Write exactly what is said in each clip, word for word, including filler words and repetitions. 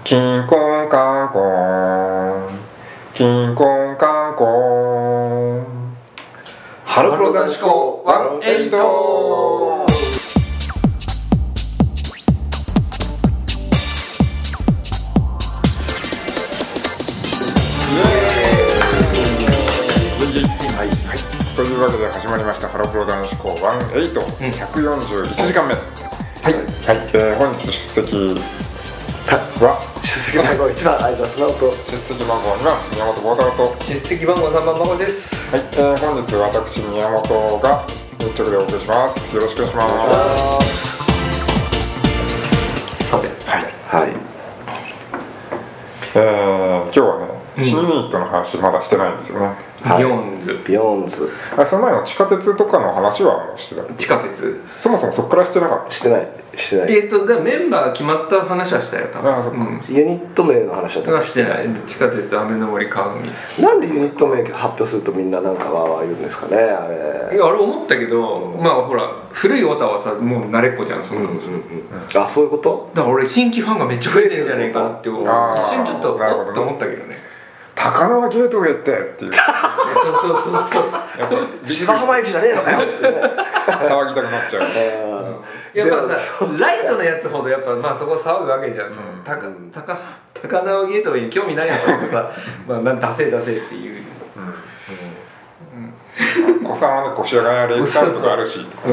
キンコンカンコンキンコンカンコンハロプロ男子校ワンエイト。というわけで始まりましたハロプロ男子校ワンエイト、ひゃくよんじゅういちじかんめ。はい、はい、えー、本日出席は出席番号いちばん相田素直と出席番号にばん宮本幸太郎と出席番号さんばんまこです。 はい、えー、本日私宮本が密着でお送りします。よろしくお願いします。 さて、 はい、 はい、 えー、今日はね、新ユニットの話まだしてないんですよね。 はい、ビヨンズビヨンズあ、その前の地下鉄とかの話はもうしてた。 地下鉄そもそもそこからしてなかった。 してないしてないえっとでメンバー決まった話はしたよ多分。 ああ、そっか、うん、 ユニット名の話はだからしてない。地下鉄雨の森川海。 なんでユニット名発表するとみんななんかわーわー言うんですかね、あれ。 いやあれ思ったけど、うん、まあほら古いオタはさもう慣れっこじゃんそんなの、うんうんうん、 あ、そういうこと。 だから俺新規ファンがめっちゃ増えてるんじゃないかなって一瞬ちょっとおっと思ったけどね。 高輪ゲートウェイってっていうそうそうそうそう芝浜駅じゃねえのかよってね騒ぎたくなっちゃう、 うん、やっぱさライトのやつほどやっぱまあそこ騒ぐわけじゃん、うん、高高高輪ゲートウェイに興味ないやつってさまあなん出せ出せっていう、 うんうん、小さんはね腰上がりレイクタウンとかあるしうん、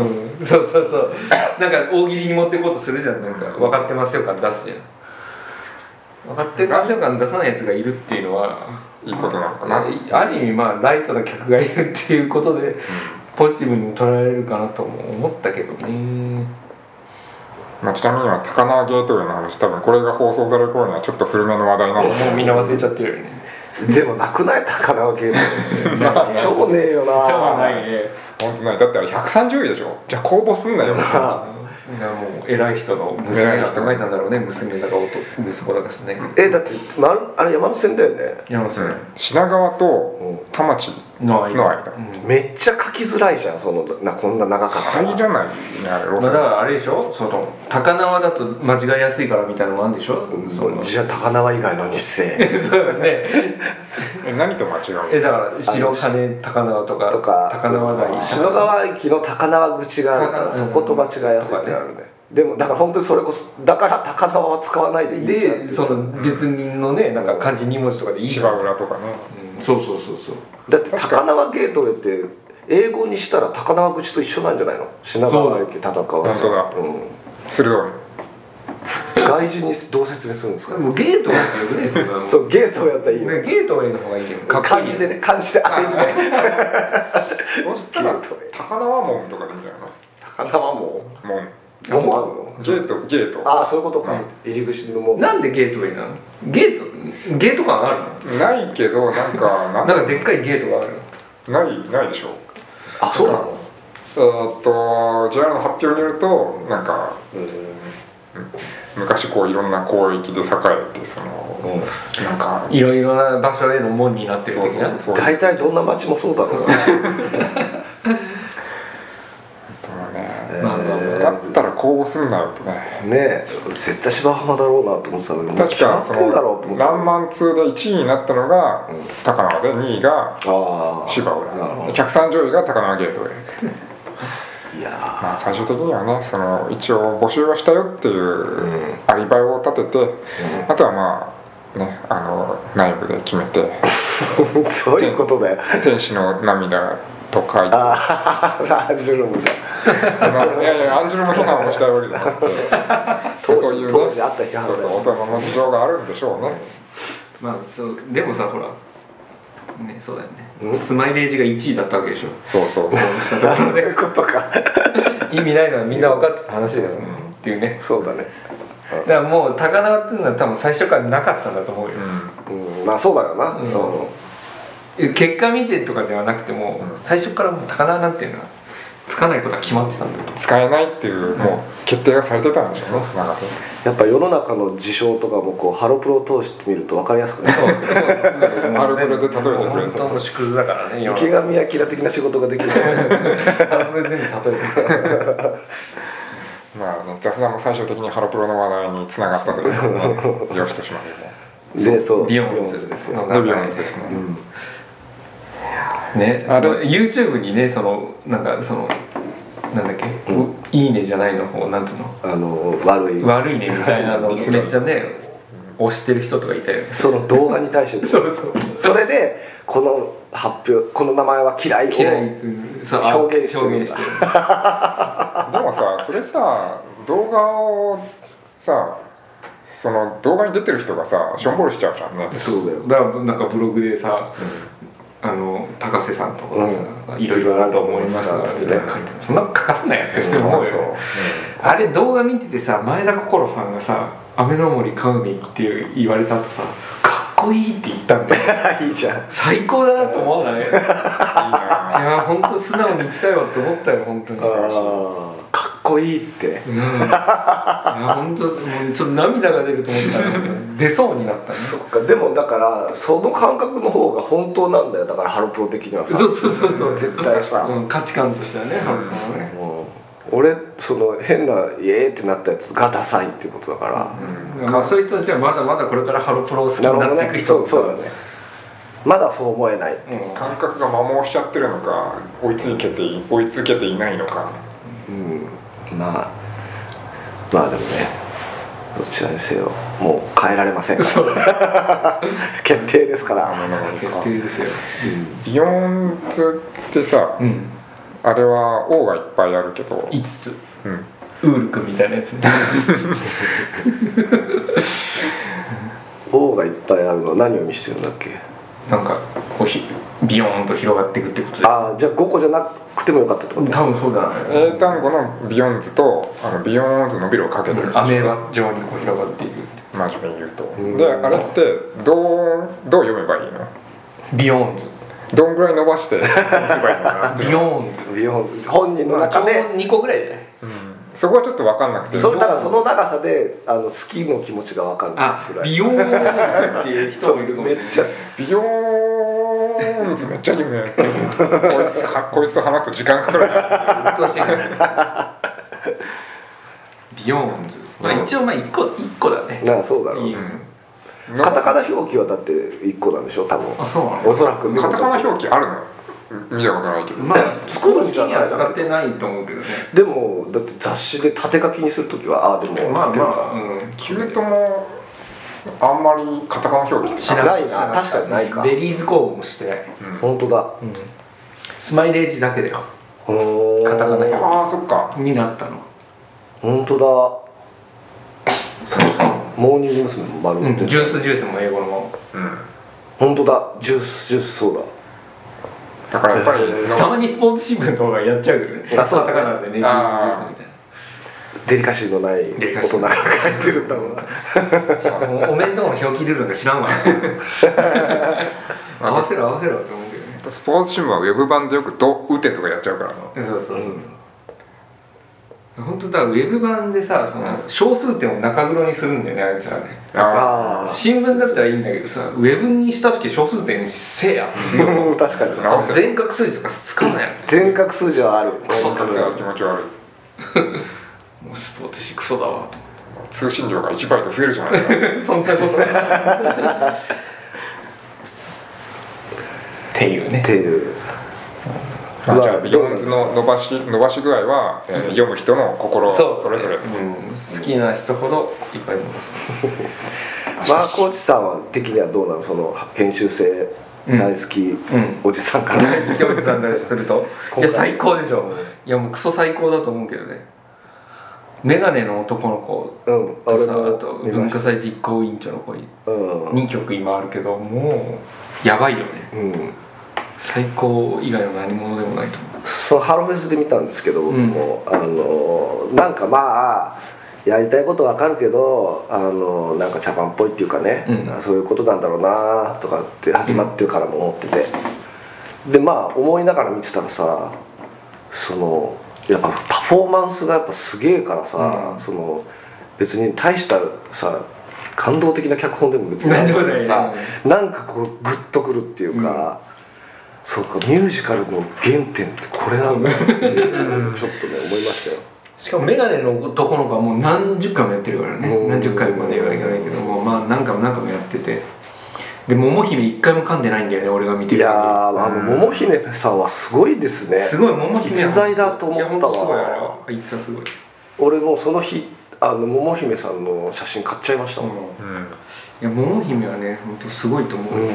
そうそうそうなんか大喜利に持っていこうとするじゃん。なんか分かってますよ感出すじゃん。分かってますよ感出さないやつがいるっていうのはいいことなのかな。 ある意味まあライトな客がいるっていうことで、うん、ポジティブに捉えられるかなとも思ったけどね。 まあ、ちなみには高輪ゲートウェイの話多分これが放送される頃にはちょっと古めの話題なのでもうみんな忘れちゃってるよね。 でもなくない高輪ゲートウェイ超ねえよな。 超ないね。 本当ない。だってあれひゃくさんじゅういでしょ。じゃあ公募すんなよいやもう偉い人の娘が考えたんだろうね。娘だか息子だかしね。 えだって、ま、あれ山手線だよね。 山手線、うん、 品川と田町の間、 うん、めっちゃ書きづらいじゃんそのなこんな長かったら入らないねあれ路線、 まあ、だからあれでしょその高輪だと間違いやすいからみたいなのもあるんでしょ、 うん、そのじゃあ高輪以外の日生そうだねえ何と間違うえだから白金高輪とかとか高輪台品川駅の高輪口があるからそこと間違いやすいってあるね。でもだから本当にそれこそだから高輪は使わないでいいでその別人のねなんか漢字に文字とかでいい芝浦とかね、 うん、そうそうそうそうだって高輪ゲートウェイって英語にしたら高輪口と一緒なんじゃないの。品川駅田中は本当だ、うん、鋭い外人にどう説明するんですか。 もうゲートウェイってよくねそうゲートウェイやったらいいよ、 ね、ゲートウェイの方がいいよ漢字でね漢字で当て字でそしたら高輪門とかでいいんじゃないの。 高輪門門門もあるの。 ゲートゲートああそういうことか、うん、入り口の門。 なんでゲートウェイなの。ゲートゲート感あるの。 ないけどなんかなんかでっかいゲートがあるないないでしょ。 あそうなの。 えーっと ジェイアール の発表によるとなんか、うん、昔こういろんな広域で栄えてその、うん、なんかいろいろな場所への門になってる的な。 大体どんな町もそうだろうなまあまあまあ、だったら公募すんなよとね。ねえ絶対芝浜だろうなと思ってたのに確かそのランマンツーでいちいになったのが、うん、高輪でにいが芝浦ひゃくさんじゅういが高輪ゲートウェイいやまあ最終的にはねその一応募集はしたよっていうアリバイを立てて、うん、あとはまあねあの内部で決めてそういうことだよ。 天使の涙と書いてああアンジュルムだいやいやアンジュルム批判をしたわけじゃなくてそういうね当時あった批判そうそう大人の事情があるんでしょうね。 まあそうでもさほらねそうだよね、うん、スマイレージがいちいだったわけでしょ。 そうそうそうそういうことか意味ないのはみんな分かってた話ですね、うん、っていうね。 そうだね。 だからもう高輪っていうのは多分最初からなかったんだと思うよ、 うんうん、まあそうだよな、うん、そうそう結果見てとかではなくても、うん、最初からもう高輪なんていうのはつかないことが決まってたんだと。 使えないっていう、うん、もう決定がされてたんでしょうね。 やっぱ世の中の事象とかもこうハロプロを通してみると分かりやすくなる。 ハロプロで例えてくれる本当の縮図だからね。 池上彰的な仕事ができる。 ハロプロ全部例えてまあね、雑談も最終的にハロプロの話題につながったということでよしとしまでもでそうビヨンズですよビヨンズですね、 うん、ねあれ YouTube にねそのなんかそのなんだっけ、うん、いいねじゃないの方なんつうのあの悪い悪いねみたいなのめっちゃね押してる人とかいたよねその動画に対してそうそうそれでこの発表この名前は嫌いを表現してるんだでもさそれさ動画をさその動画に出てる人がさしょんぼりしちゃうじゃんねそうだよだからなんかブログでさ、うん、あの高瀬さんとかさ、うん、いろいろあると思いますみたいな書いてそんな書かすなよって思うよね、うん、あれ動画見ててさ前田心さんがさ雨の森かぐみって言われた後さかっこいいって言ったんだよいいじゃん最高だなと思わないいいないや本当素直に行きたいわって思ったよ本当に素晴らしいかっこいいって、うん、いや本当もうちょっと涙が出ると思ったら出そうになったねそっかでもだからその感覚の方が本当なんだよだからハロプロ的にはさそうそうそうそう絶対さ、 うん、価値観としてはね、うん、ハロプロのね、 うん俺その変なイエーってなったやつがダサいっていうことだから、 うんまあ、そういう人たちはまだまだこれからハロプロを好きになっていく人、 ね、そう、そうだねまだそう思えないっていう、 うん、感覚が摩耗しちゃってるのか追いつけて追いつけていないのかうんまあまあでもねどちらにせよもう変えられませんから決定ですから決定ですよ、 うん、ビヨンズってさ、うんあれは王がいっぱいあるけどいつつ、 うん、 ウール君みたいなやつ王がいっぱいあるのは何を見せてるんだっけなんかこうひビヨーンと広がっていくってことでああじゃあごこじゃなくてもよかったってこと多分そうだね英単語のビヨンズとあのビヨーンズのビルをかけてるアメーバ状にこう広がっていくって真面目に言うとであれってどうどう読めばいいのビヨーンズどんぐらい伸ばして押せばいいのかなビヨーンズビヨーンズ本人の中で、 まあ、にこぐらいじゃない、 うん、そこはちょっと分かんなくてそれだからその長さであの好きの気持ちが分かんないぐらいビヨーンズっていう人もいるかもしれないめっちゃビヨーンズめっちゃ有名こいつこいつと話すと時間かかるなビヨーンズ、まあ、一応まあいっこ、いっこだねなんかそうだろう、うんカタカナ表記はだっていっこなんでしょ多分あそうなのおそらくカタカナ表記あるの見たことないけどまあ作るんじゃない使ってないと思うけどねでもだって雑誌で縦書きにするときはあでもまあまあ、うん、 キュートもあんまりカタカナ表記しないな確かにないかベリーズ工房もしてない、 うん、本当だ、うん、 スマイレージだけだよカタカナ表記ああそっかになったの本当だモーニング娘。も丸めて、 うん、ジュースジュースも英語のうん本当だジュースジュースそうだだからやっぱりたまにスポーツ新聞の方がやっちゃうよねあそうカタカナでねジュースジュースみたいなデリカシーのない大人が書いてるんだろうなお面とかの表記ルールなんか知らんわ合わせろ合わせろって思うけどねスポーツ新聞はウェブ版でよく「ど」「うて」とかやっちゃうからなそうそうそうそう、うん本当だウェブ版でさその小数点を中黒にするんだよねあいつらねあ新聞だったらいいんだけどさウェブにした時小数点にせえや確かに全角数字とかつかないやん全角数字はある全角数は気持ち悪いもうスポーツ紙クソだわと通信量がいちバイト増えるじゃないかそんなことないっていうねっていうまあ、じゃあビヨンズの伸ばし伸ばし具合は、えー、読む人の心それぞれ、うん、 好きな人ほどいっぱい伸ばすマーコーチさんは的にはどうなのその研修生大好きおじさんから、うんうん、 大好きおじさんからするといや最高でしょいやもうクソ最高だと思うけどねメガネの男の子とさ、うん、あと文化祭実行委員長の子に、うん、にきょく今あるけどもうやばいよね、うん最高以外の何者でもないと思うそのハロフェスで見たんですけど僕も、うん、あのなんかまあやりたいことわかるけどあのなんか茶番っぽいっていうかね、うん、そういうことなんだろうなとかって始まってるからも思ってて、うん、でまあ思いながら見てたらさそのやっぱパフォーマンスがやっぱすげえからさ、うん、その別に大したさ感動的な脚本でも別にないけどさなんかこうグッとくるっていうか、うんそうかミュージカルの原点ってこれなんだってちょっとね思いましたよしかもメガネの男の子はもう何十回もやってるからね、何十回まではいかないけども、まあ何回も何回もやってて、で桃姫一回も噛んでないんだよね、俺が見てる。 いやー、あの桃姫さんはすごいですね。 すごい、桃姫逸材だと思ったわ。いや、 ほんとすごい、あれはあいつはすごい。 俺もその日あの桃姫さんの写真買っちゃいましたもん、うん、いや桃姫はね本当すごいと思う、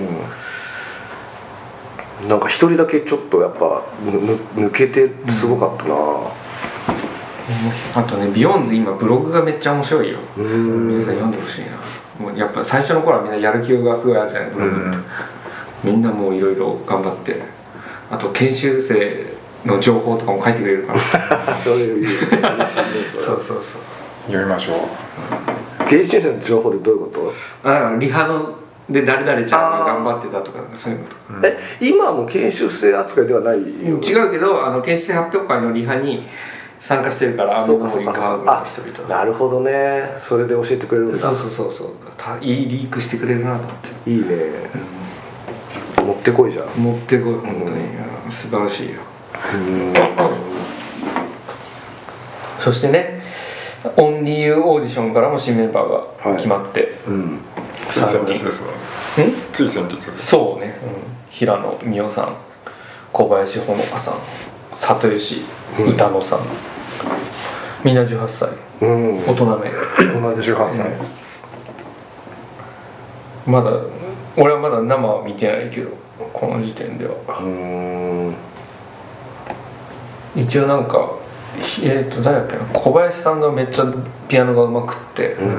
うん、なんか一人だけちょっとやっぱ抜けてすごかったな、うん、 あとねビヨンズ今ブログがめっちゃ面白いよ、うん、皆さん読んでほしいな。もうやっぱ最初の頃はみんなやる気がすごいあるじゃないブログって、うん、みんなもういろいろ頑張って、あと研修生の情報とかも書いてくれるからそういう嬉しいね。 そうそうそう、 読みましょう。研修生の情報ってどういうこと？ あ、だからリハので誰々ちゃんが頑張ってたとかそういうのとか、 うん、え今はもう研修生扱いではないよ、ね、 違うけどあの研修生発表会のリハに参加してるから、 そうかそうか、あ、なるほどね、それで教えてくれるんだ。 そうそうそうそう、いいリークしてくれるなと思って。 いいね、うん、持ってこいじゃん。 持ってこい、本当に、うん、素晴らしいよ。うんそしてね、オンリーユーオーディションからも新メンバーが決まって、はいうん、 つい先日ですね。んつい先日。 そうね、うん、平野美桜さん、小林ほのかさん、里吉歌乃さん、うん、みんなじゅうはっさい、うん、大人め大人でじゅうはっさい、 うん、まだ俺はまだ生は見てないけどこの時点ではうーん一応なんかえーと誰だっけな、小林さんがめっちゃピアノが上手くって、うん、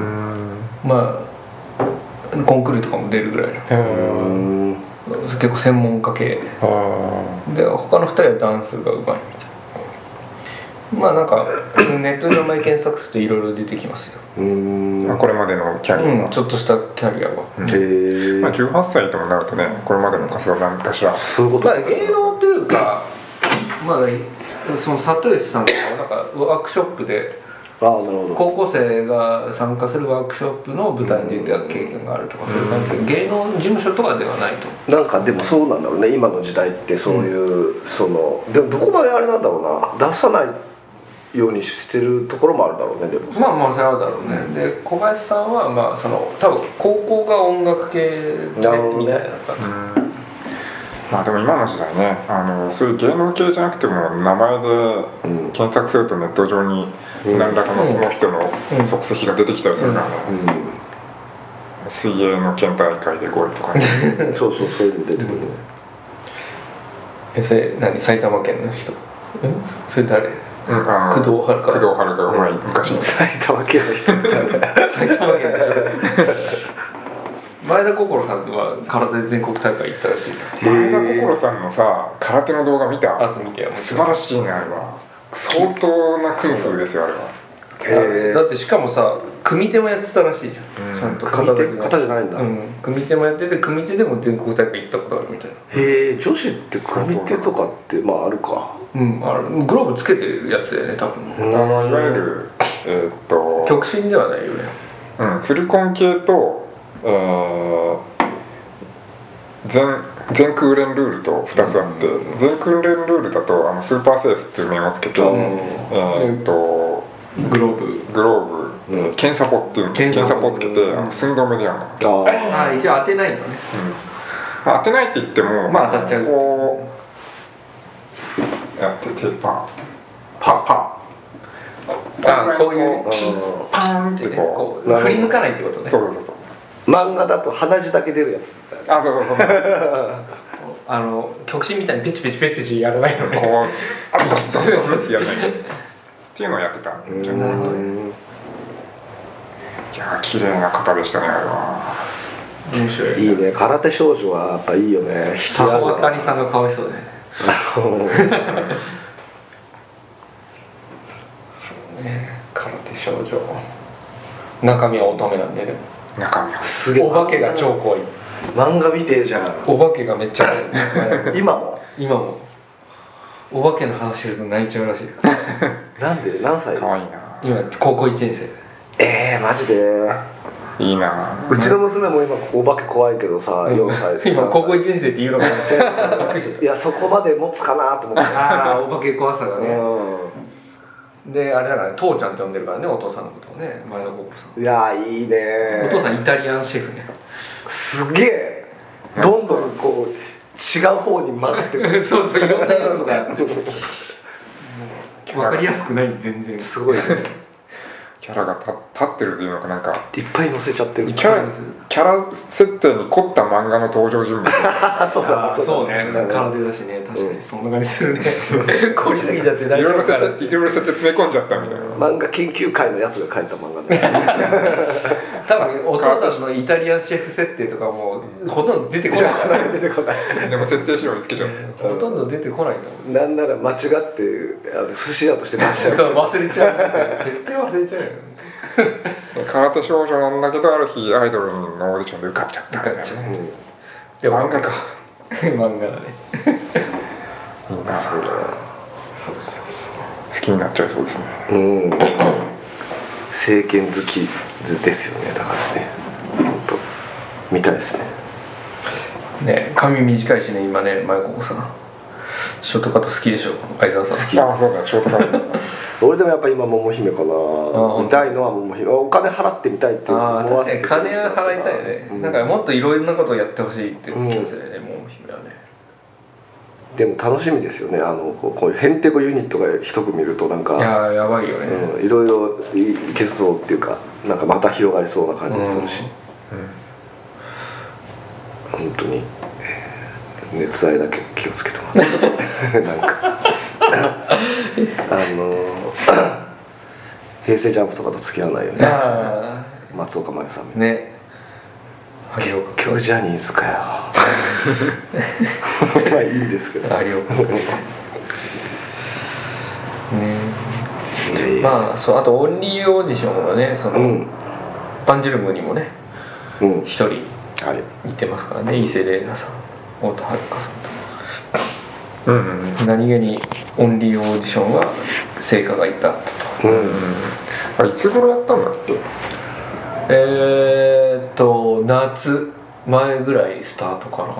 まあコンクールとかも出るぐらいの結構専門家系で、他のふたりはダンスが上手いみたいな。まあなんかネットで名前検索するといろいろ出てきますよ。 うーん、これまでのキャリアは、 うん、ちょっとしたキャリアは、 うん、へえ、まあ、じゅうはっさいともなるとね、これまでの活動なんかしらそういうこと、 まあ、芸能というかまあその里吉さんとかなんかワークショップでああ、なるほど、 高校生が参加するワークショップの舞台に出た経験があるとか、そういう感じで芸能事務所とかではないと。 なんかでもそうなんだろうね、今の時代ってそういう、うん、そのでもどこまであれなんだろうな、出さないようにしてるところもあるだろうね。でもまあまあそれはあるだろうね、うん、で小林さんはまあその多分高校が音楽系でみたいなだったんだ、 まあでも今の時代ね、あのそういう芸能系じゃなくても名前で検索するとネット上に何らかのその人の足跡が出てきたりするからね、うんうんうん、水泳の県大会でごいとかねそうそう、そういうの出てくる、うん、 えそれ何、埼玉県の人、うん、それ誰、 うん、あ工藤遥工藤遥がうまい、昔埼玉県の人みたいな埼玉県でしょ前田心さんは空手全国大会行ったらしい。 前田心さんのさ空手の動画見た？ あと見てよ。 素晴らしいね、あれは。相当な空風ですよ、あれは。 へー、だってしかもさ組手もやってたらしいじゃん、うん、ちゃんと組手型じゃないんだ、 うん、組手もやってて組手でも全国大会行ったことあるみたいな。 へえ、女子って組手とかってまああるか、 うん、ある、グローブつけてるやつだよね多分。 あのいわゆるえー、っと極真ではないよね。 うん、フルコン系と、えー、全全空練ルールとふたつあって、うん、全空練ルールだとあのスーパーセーフっていう面をつけて、うん、えー、っとグローブグローブ、うん、剣サポっていう剣サポをつけて、あの寸止めでやるの。 ああ、一応当てないのね、 うん、まあ、当てないって言ってもまあ当たっちゃう、 こうやっててパーパーパー、あ、こういうパーンってこう振り抜かないってことね。 そうそうそう、 漫画だと鼻血だけ出るやつ。 あ、そうそうそうあの極真みたいにペチペチペチペチやらないのね。 こうあドスドスドスってやらないっていうのをやってた。なるほど。いや綺麗な方でしたね、あれは。 面白い。 いいね、空手少女はやっぱいいよね。 佐保あかりさんがかわいそうだよね。ね、空手少女。中身は乙女なんでね。 中身はすげえ。 お化けが超怖い。 漫画見てえじゃん。 お化けがめっちゃ怖い。今も？ 今も。お化けの話すると泣いちゃうらしい。 なんで？何歳？ かわいいな。 今高校いちねん生。 えー、マジでいいな。 うちの娘も今お化け怖いけどさ、よんさい。 今高校いちねん生って言うのかな。 いや、そこまで持つかなと思って。 ああ、お化け怖さがね。 であれだからね、父ちゃんって呼んでるからね、お父さんのことをね、前田高子さん。 いやいいね。 お父さんイタリアンシェフね。 すげえどんどんこう違う方に曲がってるそうそう、いろんな要素が分かりやすくない、全然すごいね。 キャラが立ってるというのか、なんかいっぱい載せちゃってる。 キャラキャラ設定に凝った漫画の登場人物そうだそうそうね、体だしね、確かにそんな感じするね。凝りすぎちゃって大丈夫かな、いろいろ設定詰め込んじゃったみたいな。 漫画研究会のやつが書いた漫画で多分お父さんのイタリアンシェフ設定とかもほとんど出てこないから出てこないでも設定資料につけちゃったほとんど出てこないと思う。 なんなら間違ってあの寿司屋として出しちゃうそう忘れちゃう設定忘れちゃうよね。 空手少女なんだけど、ある日アイドルのオーディションで受かっちゃったみたいなね。 でも漫画か漫画だね。 いいな。そうだね。そうそうそう。好きになっちゃいそうですね。 うん。政権好きですよね。だからね。本当見たいですね。 ね、髪短いしね、今ね、前ここさん。ショートカット好きでしょ、相沢さん。 好き。あ、そうだ、ショートカット。 俺でもやっぱ今桃姫かな。見たいのは桃姫。お金払ってみたいって思わせてくれる。 金は払いたいよね、うん、なんかもっといろんなことをやってほしいって気がするよね、桃姫はね。 でも楽しみですよね。あのこういうヘンテコユニットが一組いるとなんかいややばいよね、 うん、いろいろいけそうっていうか、なんかまた広がりそうな感じもするし、うんうん、本当に熱愛だけ気をつけてもらってなんかあの平成ジャンプとかと付き合わないよね。松岡茉優さんね。 結局ジャニーズかよまあいいんですけどありょうね。まあそう、あとオンリーオーディションがね、その、うん、アンジュルムにもね一、うん、人いてますからね、伊勢玲奈さん、太田遥さんと、うんうん、何気にオンリーオーディションは成果がいったと、うんうん、 あれいつ頃やったんだっけ。 えーっと夏前ぐらいスタートかな、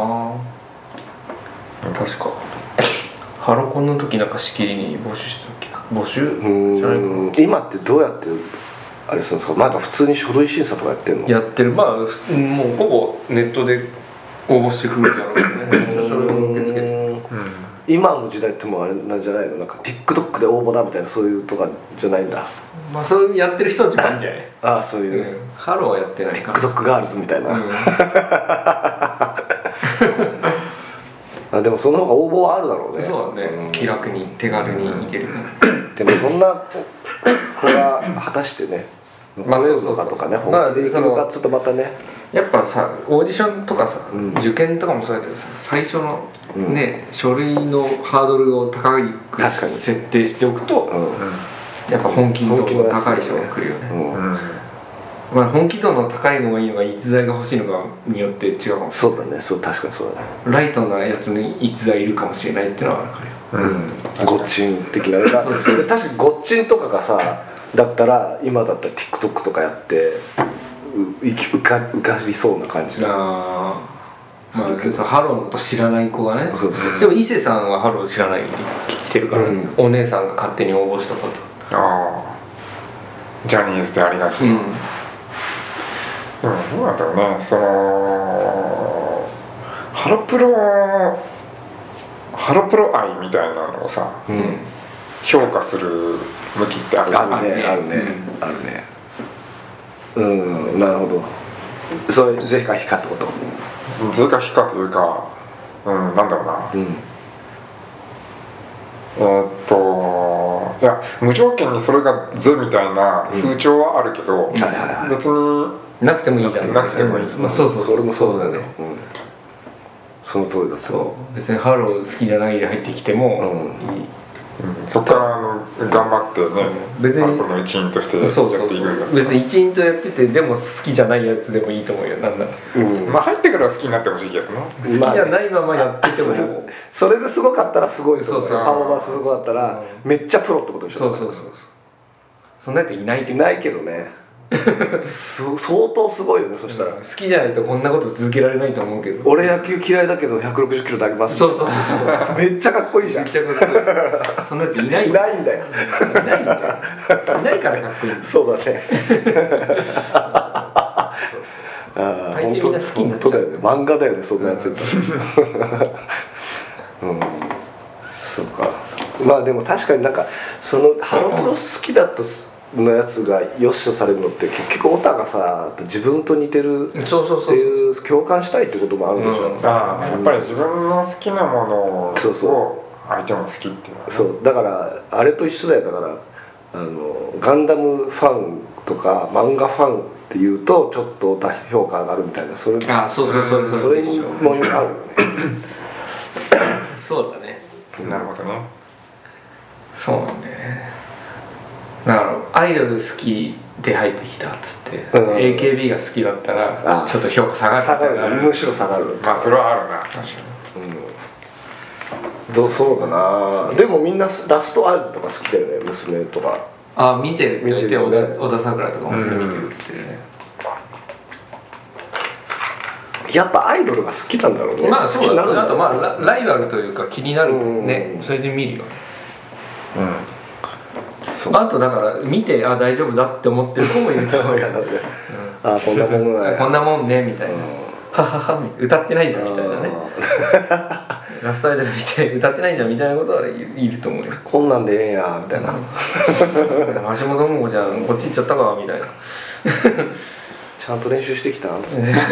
確かハロコンの時なんかしきりに募集してたっけな、募集じゃないかな。 今ってどうやってあれするんですか。まだ普通に書類審査とかやってるの。 やってる。まあもうほぼネットで応募してくるだろうけどね、めっちゃ書類を受け付けて、うん、 今の時代ってもうあれなんじゃないの、なんか TikTok で応募だみたいな、そういうとかじゃないんだ。 まあそうやってる人たちもいるんじゃないああ、そういう、 うん、ハローはやってないから TikTok ガールズみたいな、うん、あでもその方が応募はあるだろうね。 そうだね、うん、気楽に手軽にいける、 うん、でもそんな子が果たしてね残れるのかとかね、本気でいくのかちょっとまたね、 やっぱさオーディションとかさ、うん、受験とかもそうだけどさ、最初のね、うん、書類のハードルを高く設定しておくと、うん、やっぱ本気度の高い人が来るよね、うんうん、まあ、本気度の高いのがいいのか逸材が欲しいのかによって違うかもしれない。 そうだね、そう、確かにそうだね。 ライトなやつに逸材いるかもしれないっていうのは分かるよ、 うん、ゴッチン的な確かにゴッチンとかがさだったら今だったら TikTok とかやって浮か浮かびそうな感じが。あまあ、ハローのこと知らない子がね。そうそうそう。でも伊勢さんはハロー知らないに来てるから、うん、お姉さんが勝手に応募したこと。 ああジャニーズでありがちな、うん、でもどうなんだろうね、そのハロプロハロプロ愛みたいなのをさ、うん、評価する向きってあるあるね、あるね、うん、あるね。うん、なるほど。それ是か非かってこと。 是か非かというか、うん、なんだろうな、うん、えー、っといや無条件にそれが是みたいな風潮はあるけど、うん、別になくてもいいじゃん。 なくてもいい、 まあ、そうそうそう、 俺もそうだね、うん、その通りだと。 そう別にハロー好きじゃないで入ってきてもいい、 うん、そこからあの頑張ってね、うん、別にこの一員としてやっていくんだ。 別に一員とやっててでも好きじゃないやつでもいいと思うよ。なんだろう、うん、 まあ入ってからは好きになってほしいけどね。 好きじゃないままやってても、まあ、 それですごかったらすごいですよね。パフォーマンスすごかったら、うん、めっちゃプロってことでしょ。 そうそうそうそう。そんなやついないけどいないけどね。 相当すごいよね。そしたら、 うん、好きじゃないとこんなこと続けられないと思うけど、 俺野球嫌いだけどひゃくろくじゅっキロ投げますそうそうそうそうめっちゃかっこいいじゃん。 めっちゃかっこいいそんなやついないいないんだよいないんだよいないからかっこいいそうだねあ大抵みんな好きになっちゃう。 本当だよね。漫画だよね、そんなやつやったらうん、そうか。まあでも確かになんかそのハロプロ好きだったのやつが良しとされるのって結局オタがさ自分と似てるっていう共感したいってこともあるんでしょ、うん、 ああやっぱり自分の好きなものを相手も好きっていうのは、ね、 そうだからあれと一緒だよ。だからあのガンダムファンとか漫画ファンっていうとちょっと評価上がるみたいな、それあそうそうそうそれにもあるよねそうだね。 なるほどね。 そうなんだよね。だからアイドル好きで入ってきたっつって、うん、エーケービー が好きだったらちょっと評価下がる下がる、むしろ下がる。 まあそれはあるな、確かに、 うん、どうそうだな。でもみんなラストアイドルとか好きだよね、娘とか。 あ見てるって言って、小田小田さくらとかも見てるっつってるね、 うん、やっぱアイドルが好きなんだろうね。 まあそうだね。あとまあ ラ, ライバルというか気になるね、それで見るよね。うん、あとだから見てあ大丈夫だって思ってる子もいると思うよ、うん、 あこんなもんねこんなもんねみたいな、ははは歌ってないじゃんみたいなねラストアイドル見て歌ってないじゃんみたいなことはいると思うよ。 こんなんでええやみたいな橋本桃子ちゃんこっち行っちゃったかみたいなちゃんと練習してきたんつって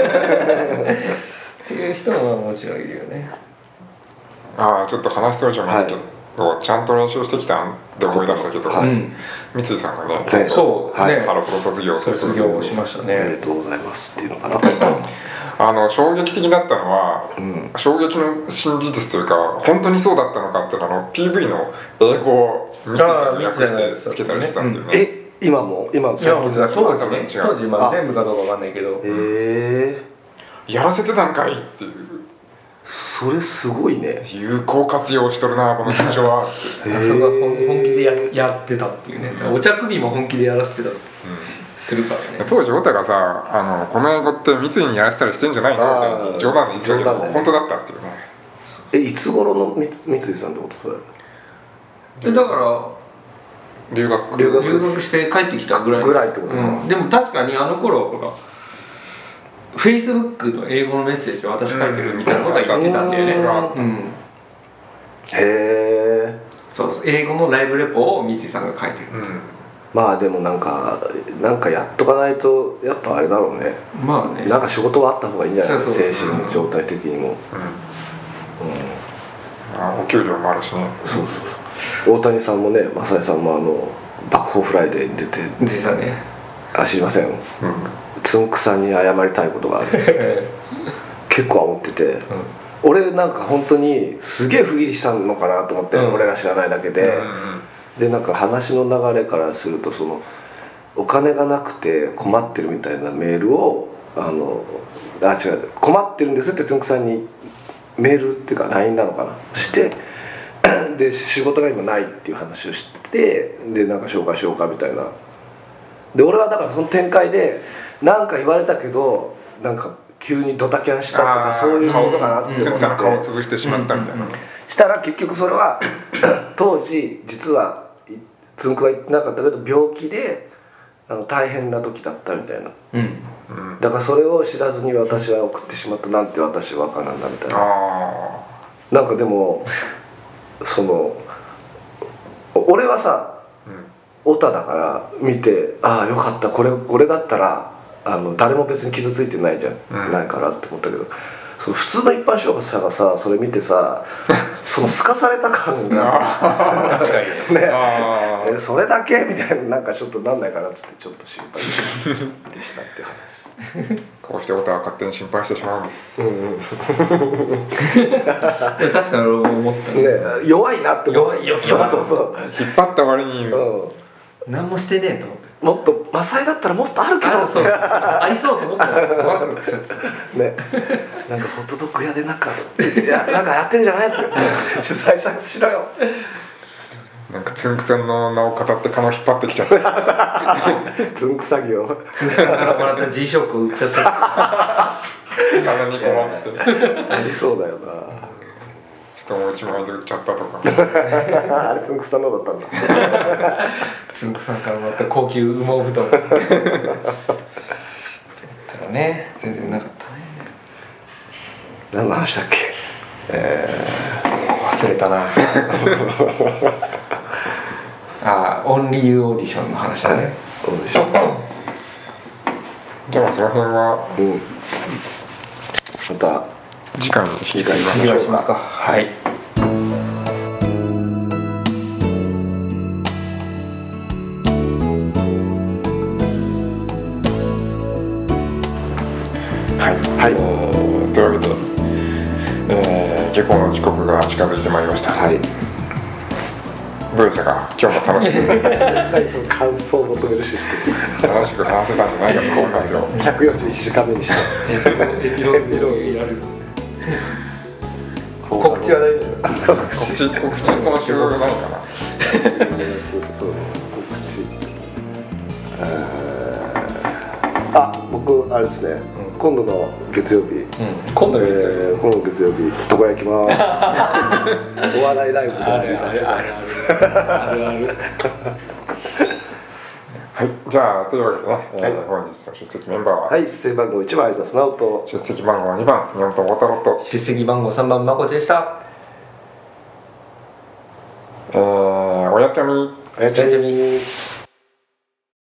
っていう人ももちろんいるよね。 ああちょっと話しそうじゃないですけど、はい、ちゃんと練習してきたんって思い出したけど、はい、三井さんがね、 そうね、 ハロプロ卒業卒業しましたね。 おめでとうございますっていうのかなあの衝撃的だったのは、うん、衝撃の真実というか本当にそうだったのかっていうのの ピーブイ の英語を三井さんに訳してつけたりしたっていうね。 え今も今も最近だ当時ね当時まあ全部かどうかわかんないけど、 えー、 やらせてたんかいっていう。 それすごいね。 有効活用しとるなこの緊張はそこは本気で や, やってたっていうね、お茶首も本気でやらせてた、うん、するからね。 当時太田がさあのこの英語って三井にやらせたりしてんじゃないのって冗談で言ってたけど、ね、本当だったっていうね。 えいつ頃の三井さんってことそれ？ だから留学留 学, 留学して帰ってきたぐらいぐらいってことか、 うん、でも確かにあの頃ほらフェイスブックの英語のメッセージを私書いてるみたいなことは言ってたんだよね。うん、へえ。 そう英語のライブレポを三井さんが書いてる、うん、 まあでもなんかなんかやっとかないとやっぱあれだろうね。 まあねなんか仕事はあった方がいいんじゃない？精神状態的にも、うんうん、 あお給料もあるしね。 そうそうそう。大谷さんもね正江さんもあの爆砲フライデーに出て出たね。 あ知りません、うん、つんくさんに謝りたいことがあるんですって結構煽ってて、うん、俺なんか本当にすげえ不義理したのかなと思って、うん、俺ら知らないだけで、うんうん、でなんか話の流れからするとそのお金がなくて困ってるみたいなメールをあのあ違う困ってるんですってつんくさんにメールっていうか ライン なのかなしてで仕事が今ないっていう話をしてでなんか紹介しようかみたいな。で俺はだからその展開で何か言われたけどなんか急にドタキャンしたとかそういうことかなって思って、 つんくさんの顔を潰してしまったみたいな、うんうん、 したら結局それは当時実はつんくは言ってなかったけど病気であの大変な時だったみたいな、うん、だからそれを知らずに私は送ってしまったなんて私はバカなんだみたいな。なんかでもその俺はさオタだから見てああよかったこれこれだったらあの誰も別に傷ついてないじゃん、うん、ないからって思ったけどその普通の一般消費者がさそれ見てさそのすかされた感がさ確かにねあえそれだけみたいななんかちょっとなんないかなっつってちょっと心配でしたっていう話こうしてオタは勝手に心配してしまうんです、うんうん、 確かに俺も思ったね、 ね弱いなって思った弱いよそうそうそう引っ張った割に、 うん何もしてねえと思ってもっとマサイだったらもっとあるけどあ, そうありそうと思ったらワクワクしちゃってねなんかホットドッグ屋でなんかいやなんかやってんじゃないとか言って主催者しろよなんかつんくさんの名を語って金を引っ張ってきちゃったつんく作業つんくさんからもらった G ショックを売っちゃった金に困ってありそうだよな、 人もいちまん円で売っちゃったとかあれつんくさんのだったんだつんくさんからもらった高級羽毛布団ただね全然なかったね。 何の話だっけ、えー、忘れたなああオンリーオーディションの話だね。 オーディションじゃあその辺は、 うん、また次回に引き継ぎましょうか。 はい。 はい、はい、えー、というわけで、えー、下校の時刻が近づいてまいりました。 はい。 どうでしたか？今日も楽しくその感想を求めるシステム楽しく話せたんじゃないかと思いますよ。 ひゃくよんじゅういちじかんめにしていろいろいろ告知は大丈夫？ 告知告知今週ないかなそう告知あ僕あれですね、うん、今度の月曜日、うん、 今度の月曜日、 えー、今度の月曜日床屋行きますお笑いライブであるあるあるあるあるはい、じゃあというわけでね、はい、えー、本日の出席メンバーははい、出席番号いちばん相沢直人、 出席番号にばんにほんと太郎と、 出席番号さんばんまこちでした。 えー、おやっちゃみおやっちゃみ